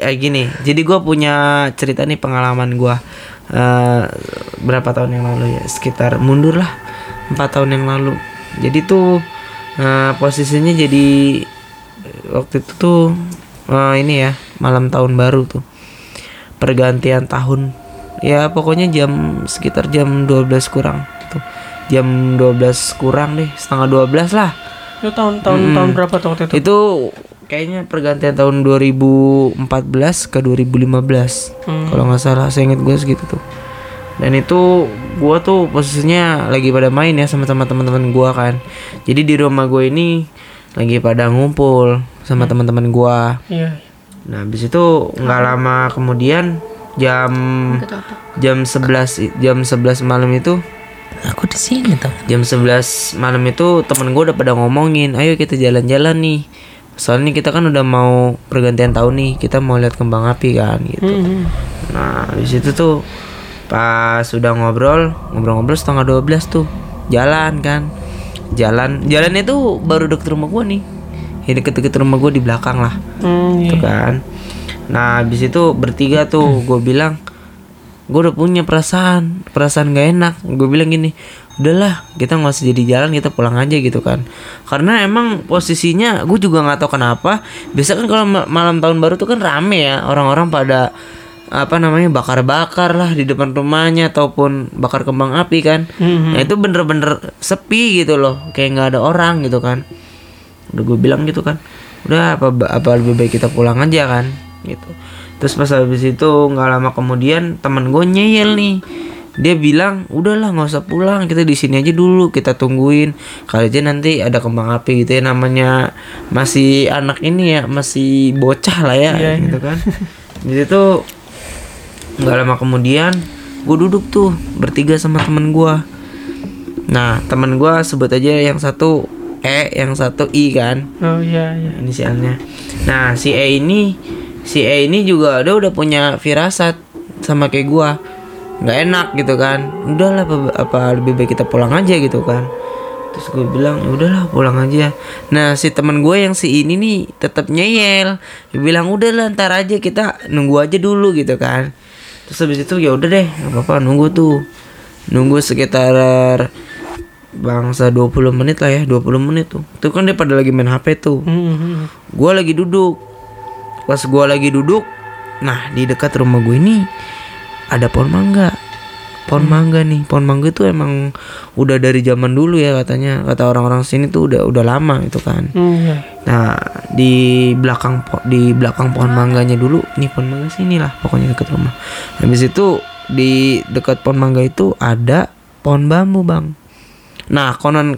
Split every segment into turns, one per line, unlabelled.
gini. Jadi gue punya cerita nih, pengalaman gue berapa tahun yang lalu ya, sekitar mundur lah 4 tahun yang lalu. Jadi tuh posisinya jadi waktu itu tuh ini ya, malam tahun baru tuh, pergantian tahun ya, pokoknya sekitar jam 12 kurang tuh, jam 12 kurang deh, setengah 12 lah.
Itu tahun berapa tuh waktu itu?
Itu kayaknya pergantian tahun 2014 ke 2015 kalau nggak salah, saya ingat gue segitu tuh. Dan itu gue tuh posisinya lagi pada main ya sama teman-teman gue kan. Jadi di rumah gue ini lagi pada ngumpul sama teman-teman gue.
Iya.
Nah habis itu nggak lama kemudian jam 11 malam itu,
aku di sini tuh.
Jam 11 malam itu temen gue udah pada ngomongin, ayo kita jalan-jalan nih. Soalnya kita kan udah mau pergantian tahun nih, kita mau lihat kembang api kan gitu. Nah di situ tuh pas sudah ngobrol setengah 12 tuh jalan kan. Jalannya tuh baru deket rumah gue nih. Ya deket-deket rumah gue di belakang lah. Tuh kan. Nah habis itu bertiga tuh gue bilang, gue udah punya perasaan gak enak. Gue bilang gini, udahlah kita nggak usah jadi jalan, kita pulang aja gitu kan. Karena emang posisinya gue juga nggak tahu kenapa. Biasa kan kalau malam tahun baru tuh kan rame ya, orang-orang pada bakar-bakar lah di depan rumahnya ataupun bakar kembang api kan. Nah itu bener-bener sepi gitu loh, kayak nggak ada orang gitu kan. Udah gue bilang gitu kan, udah apa lebih baik kita pulang aja kan gitu. Terus pas habis itu nggak lama kemudian teman gue nyeyel nih, dia bilang udahlah nggak usah pulang, kita di sini aja dulu, kita tungguin kali aja nanti ada kembang api gitu ya, namanya masih anak ini ya, masih bocah lah ya gitu kan. Di situ nggak lama kemudian gue duduk tuh bertiga sama temen gue. Nah temen gue sebut aja yang satu E, yang satu I kan.
Oh iya.
Inisialnya. Nah si E ini juga udah punya firasat sama kayak gue, nggak enak gitu kan. Udahlah apa lebih baik kita pulang aja gitu kan. Terus gue bilang ya udahlah pulang aja. Nah si teman gue yang si ini nih tetap nyeyel, dia bilang udahlah ntar aja, kita nunggu aja dulu gitu kan. Terus habis itu ya udah deh, nggak apa-apa, nunggu sekitar bangsa 20 menit lah ya, 20 menit tuh. Itu kan dia pada lagi main HP tuh. Gue lagi duduk. Pas gue lagi duduk, nah di dekat rumah gue ini ada pohon mangga. Pohon mangga itu emang udah dari zaman dulu ya katanya, kata orang-orang sini tuh udah lama itu kan. Nah di belakang pohon mangganya dulu, ini pohon mangga sini lah pokoknya dekat rumah. Habis itu di dekat pohon mangga itu ada pohon bambu bang. Nah konon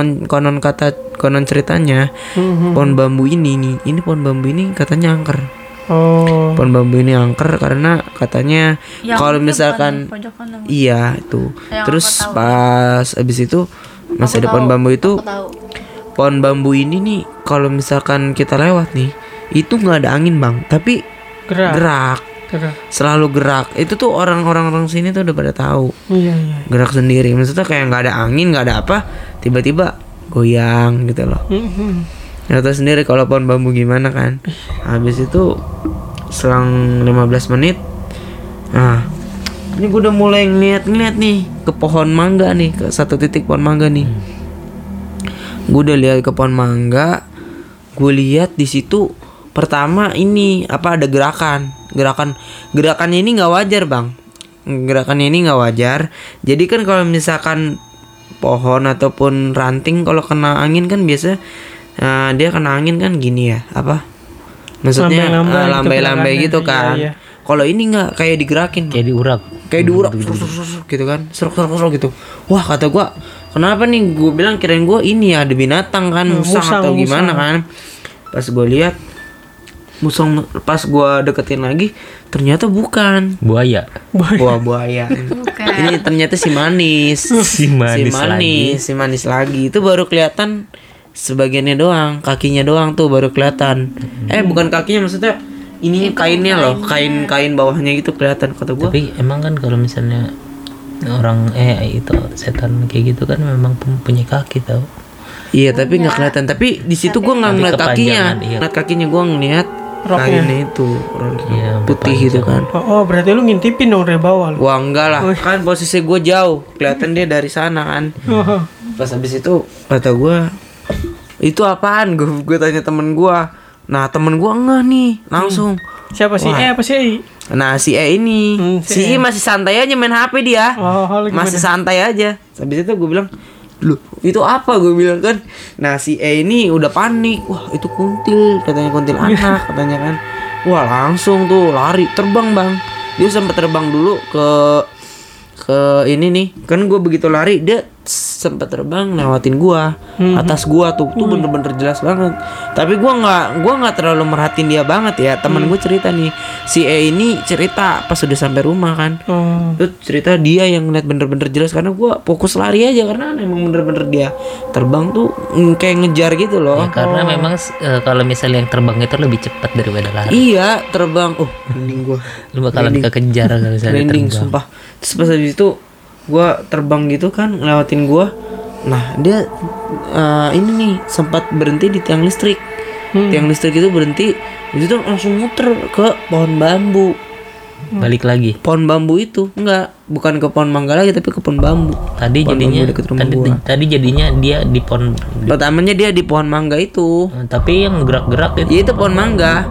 ceritanya pohon bambu ini pohon bambu ini katanya angker. Pohon bambu ini angker karena katanya kalau misalkan iya itu. Terus pas abis itu masih ada pohon bambu itu. Pohon bambu ini nih kalau misalkan kita lewat nih, itu nggak ada angin bang, tapi gerak. Selalu gerak. Itu tuh orang-orang sini tuh udah pada tahu. Gerak sendiri. Maksudnya kayak nggak ada angin, nggak ada apa, tiba-tiba goyang gitu loh. Nggak tahu sendiri kalau pohon bambu gimana kan. Habis itu selang 15 menit, nah ini gue udah mulai ngeliat nih ke pohon mangga nih, ke satu titik pohon mangga nih. Gue udah lihat ke pohon mangga. Gue lihat di situ pertama ini ada gerakannya ini nggak wajar bang. Gerakannya ini nggak wajar. Jadi kan kalau misalkan pohon ataupun ranting kalau kena angin kan biasa dia kena angin kan gini ya, maksudnya lambai-lambai gitu kan. Iya. Kalau ini nggak, kayak digerakin,
kayak diurak
gitu kan, serok gitu. Wah kata gue, kenapa nih? Gue bilang kirain gue ini ada binatang kan, musang atau gimana kan. Pas gue lihat musang, pas gue deketin lagi ternyata bukan buaya. Ini ternyata si manis lagi. Itu baru kelihatan sebagiannya doang, kakinya doang tuh baru kelihatan. Bukan kakinya, maksudnya ini kainnya loh, kain bawahnya gitu kelihatan kata gue.
Tapi emang kan kalau misalnya orang itu setan kayak gitu kan memang punya kaki tau.
Iya tapi nggak kelihatan. Tapi di situ gue nggak ngeliat kakinya. Ngeliat kakinya gue ngeliat
Roknya.
kainnya itu rok
Iya,
putih itu kan.
Oh, berarti lu ngintipin dong dari bawah lu.
Wah enggak lah, kan posisi gue jauh, kelihatan dia dari sana kan.
Oh.
Pas habis itu kata gue, itu apaan? Gue tanya temen gue. Nah temen gue enggak nih, langsung.
Siapa sih?
Wah.
Apa sih?
Nah si E ini,
si
si E masih santai aja main HP dia,
Oh, lagi
masih santai aja. Habis itu gue bilang, loh itu apa? Gue bilang kan. Nah si E ini udah panik, wah itu kuntil, katanya kuntil anak, katanya kan. Wah langsung tuh lari, terbang bang. Dia sempat terbang dulu ke ini nih, kan gue begitu lari dia sempat terbang lewatin gua, atas gua tuh bener-bener jelas banget. Tapi gua nggak terlalu merhatiin dia banget ya. Temen gue cerita nih, si E ini cerita pas udah sampai rumah kan, itu cerita dia yang ngeliat bener-bener jelas karena gua fokus lari aja karena emang bener-bener dia terbang tuh kayak ngejar gitu loh.
Ya, karena memang kalau misalnya yang terbang itu lebih cepat daripada lari.
Iya terbang, mending gua
Lu bakalan kekejar kalau misalnya
merinding
terbang.
sumpah. Terus pas habis itu gue terbang gitu kan ngelewatin gue. Nah dia ini nih sempat berhenti di tiang listrik. Tiang listrik itu berhenti, itu langsung muter ke pohon bambu.
Balik lagi.
Pohon bambu itu enggak, bukan ke pohon mangga lagi tapi ke pohon bambu.
Tadi
Pohon
jadinya
bambu deket rumah gua.
tadi jadinya dia di pohon
Pertamanya dia di pohon mangga itu.
tapi yang gerak-gerak itu.
Ya itu pohon mangga.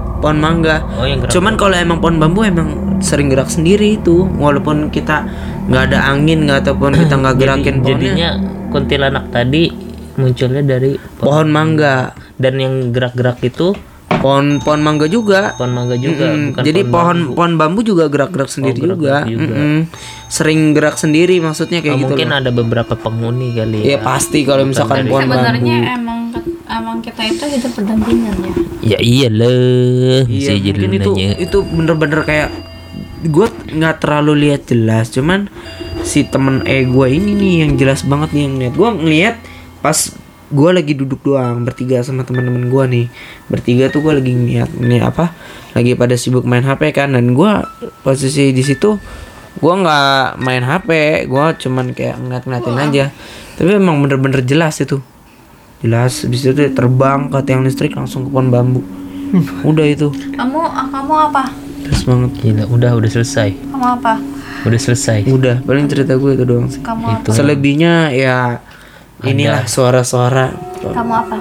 Oh, yang gerak.
Cuman kalau emang pohon bambu emang sering gerak sendiri itu, walaupun kita nggak ada angin nggak ataupun kita nggak gerakin pohonnya.
Jadinya kuntilanak tadi munculnya dari
Pohon mangga.
dan yang gerak-gerak itu
Pohon mangga juga.
pohon mangga juga, bukan
Jadi
bambu.
pohon bambu juga gerak-gerak sendiri juga.
gerak-gerak juga.
Sering gerak sendiri maksudnya kayak gitu
mungkin
loh.
ada beberapa penghuni kali
Ya pasti kalau misalkan pohon
Sebenarnya
bambu.
emang kita itu hidup berdampingan ya.
Ya iyalah.
Iya,
Bisa jadi
mungkin
lu nanya.
itu bener-bener kayak gue nggak terlalu lihat jelas, cuman si temen gue ini nih yang jelas banget nih yang lihat. Gue ngeliat pas gue lagi duduk doang bertiga sama teman-teman gue nih, bertiga tuh gue lagi ngeliat nih apa, lagi pada sibuk main HP kan, dan gue posisi di situ gue nggak main HP, gue cuman kayak ngeliatin aja. Tapi emang bener-bener jelas itu, jelas. Habis itu dia terbang ke tiang listrik langsung ke pohon bambu. Udah itu
Kamu apa?
jelas banget.
Gila, udah selesai.
Kamu apa?
Udah selesai.
Udah paling cerita gue itu doang sih.
Kamu apa?
Selebihnya ya inilah suara-suara.
Kamu apa?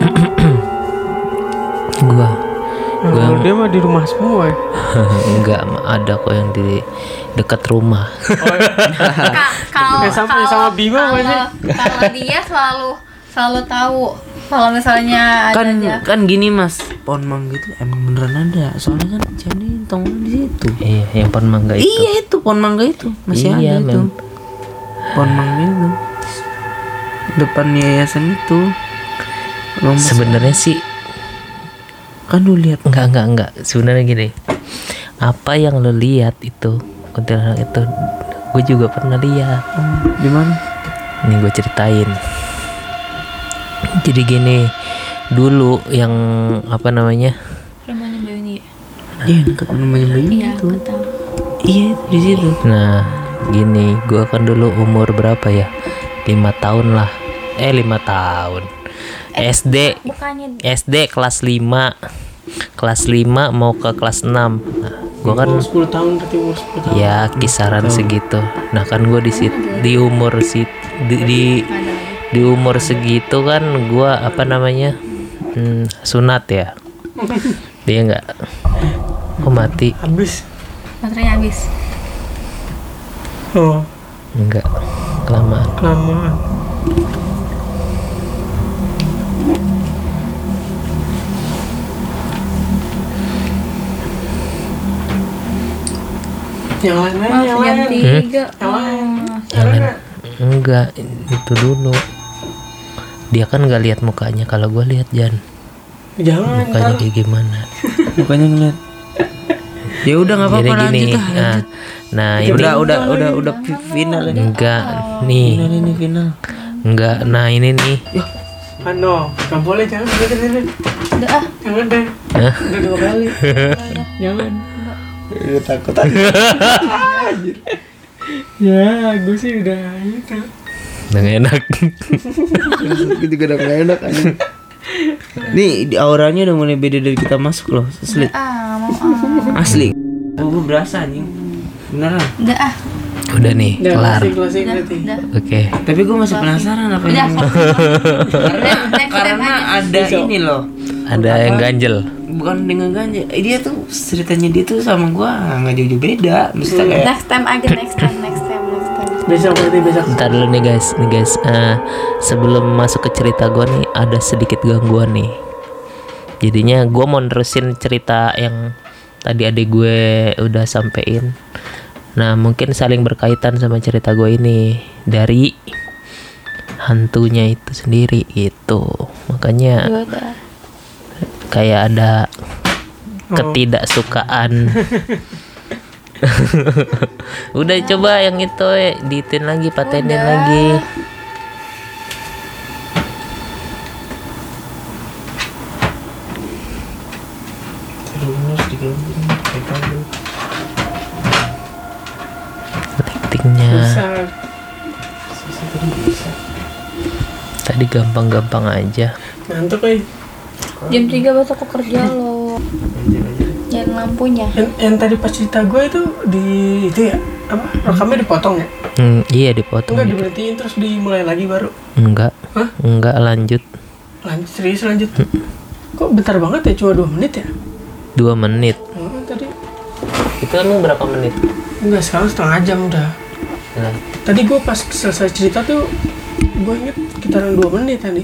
Gua
Kalau dia mah di rumah semua ya.
enggak ada kok yang di dekat rumah.
Kalau
sama Bima apa sih?
kalau dia selalu tahu kalau misalnya ada aja.
Kan gini mas, pohon mangga itu emang beneran ada. Soalnya kan jadi tongol di situ.
Iya, yang pohon mangga itu.
Iya itu pohon mangga itu masih
Iya,
ada itu. Pohon mangga itu depan yayasan itu.
Sebenarnya sih
Kan lu lihat
enggak. Sebenarnya gini. Apa yang lo lihat itu kuntilanak itu gue juga pernah lihat.
di mana?
Ini gue ceritain. Jadi gini, dulu yang apa namanya?
Rumahnya Mbak Yuni.
Iya dekat rumahnya Mbak Yuni
Iya,
itu.
aku tahu.
Iya di situ.
Nah, gini, gue kan dulu umur berapa ya? 5 tahun lah. 5 tahun. SD
Bukannya
SD kelas 5. Kelas 5 mau ke kelas 6. Nah, gue kan
10 tahun berarti umur 10 tahun.
ya kisaran segitu. Nah, kan gue di umur di umur segitu kan gue apa namanya? Sunat ya. Dia enggak. Oh, mati.
Habis.
baterainya habis.
Oh,
Enggak. Kelamaan.
kelamaan. Yang lain
Maaf,
yang
jam
lain.
3.
Yang lain enggak, itu dulu. Dia kan nggak lihat mukanya, kalau gue lihat Jan.
Jangan.
Mukanya kayak gimana.
Bukannya ngeliat. Ya udah nggak
Jadi
apa-apa
gini,
lanjut lah.
nah ini
Udah final ini.
enggak nih,
Final ini final.
enggak. Nah ini nih,
Ano, nggak boleh, jangan.
Udah ah.
Jangan deh.
Hah?
Udah 2 kali. Jangan.
Takut aja.
Ya, gue sih udah itu.
udah nggak enak.
Gue juga udah gak enak aja. Nih di auranya udah mulai beda dari kita masuk loh. Asli.
mau ah.
Asli. Gue berasa anjing. Beneran.
Udah ah.
Udah nih,
Udah,
kelar.
closing
Udah,
berarti.
udah.
Oke.
Tapi gue masih penasaran apa
Udah,
yang
next time
karena
aja.
ada ini loh.
Ada yang ganjel.
Bukan dengan ganja. Dia tuh ceritanya dia tuh sama gua nggak jauh-jauh beda. Maksudnya kayak
Next time aja, next time.
Besok berarti besok.
Bentar dulu nih guys. Sebelum masuk ke cerita gue nih ada sedikit gangguan nih. Jadinya gue mau nerusin cerita yang tadi adik gue udah sampein. Nah mungkin saling berkaitan sama cerita gue ini dari hantunya itu sendiri gitu. Makanya kayak ada ketidaksukaan. Udah coba yang itu diitin lagi, patenin lagi. Lightingnya tadi gampang-gampang aja.
Ngantuk
Jam 3 besok aku kerja loh. Nyari lampunya.
yang tadi pas cerita gue itu di itu ya apa rekamnya dipotong ya?
Iya dipotong.
Enggak diberhentiin terus dimulai lagi baru.
Enggak.
Hah?
Enggak lanjut.
Serius lanjut. Kok bentar banget ya, cuma 2 menit ya?
2 menit.
Tadi
Itu emang berapa menit?
enggak, sekarang setengah jam udah.
Nah,
Tadi gue pas selesai cerita tuh gue inget sekitaran 2 menit tadi.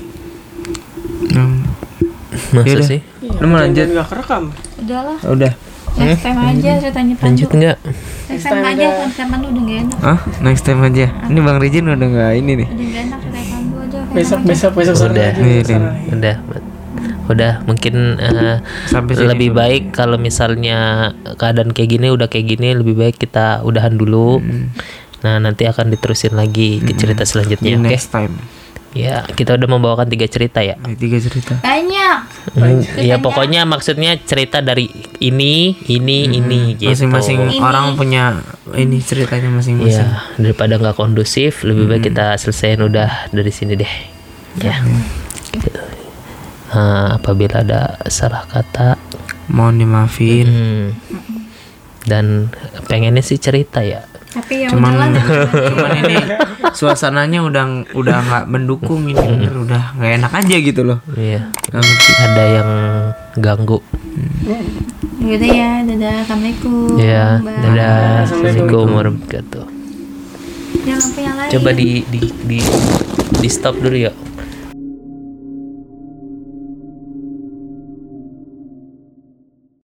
masa
Yaudah.
sih?
Iya,
Lu mau lanjut?
Enggak kerekam.
Udahlah.
udah.
Next time aja ceritanya
Lanjut
Pandu.
enggak?
Next time aja, next time Pandu udah gak enak.
Ah, next time aja. Ini Bang Rijin udah nggak ini nih.
Udah gak enak ceritanya Pandu aja.
Besok sore
Udah.
lagi.
Iya,
sore
Din.
lagi.
Udah mungkin
Sampai sini
lebih
dulu.
baik kalau misalnya keadaan kayak gini udah kayak gini, lebih baik kita udahan dulu. Nah nanti akan diterusin lagi ke cerita
Di
selanjutnya. Oke?
next time.
Ya kita udah membawakan 3 cerita ya.
3 cerita.
Banyak.
Ya pokoknya maksudnya cerita dari ini gitu.
Masing-masing orang punya ini ceritanya masing-masing.
Ya daripada nggak kondusif, lebih baik kita selesaiin udah dari sini deh. Ya. Apabila ada salah kata,
Mohon dimaafin.
dan pengennya sih cerita ya.
Tapi ya
Cuman
udahlah.
cuman ini suasananya udah nggak mendukung ini, bener, udah nggak enak aja gitu loh.
Iya.
Nggak ngerti.
Ada yang ganggu.
Yaudah ya, dadah. Assalamualaikum.
Ya,
Bye.
dadah. Assalamualaikum warahmatullahi wabarakatuh.
Ya lampu yang lain.
Coba di stop dulu ya.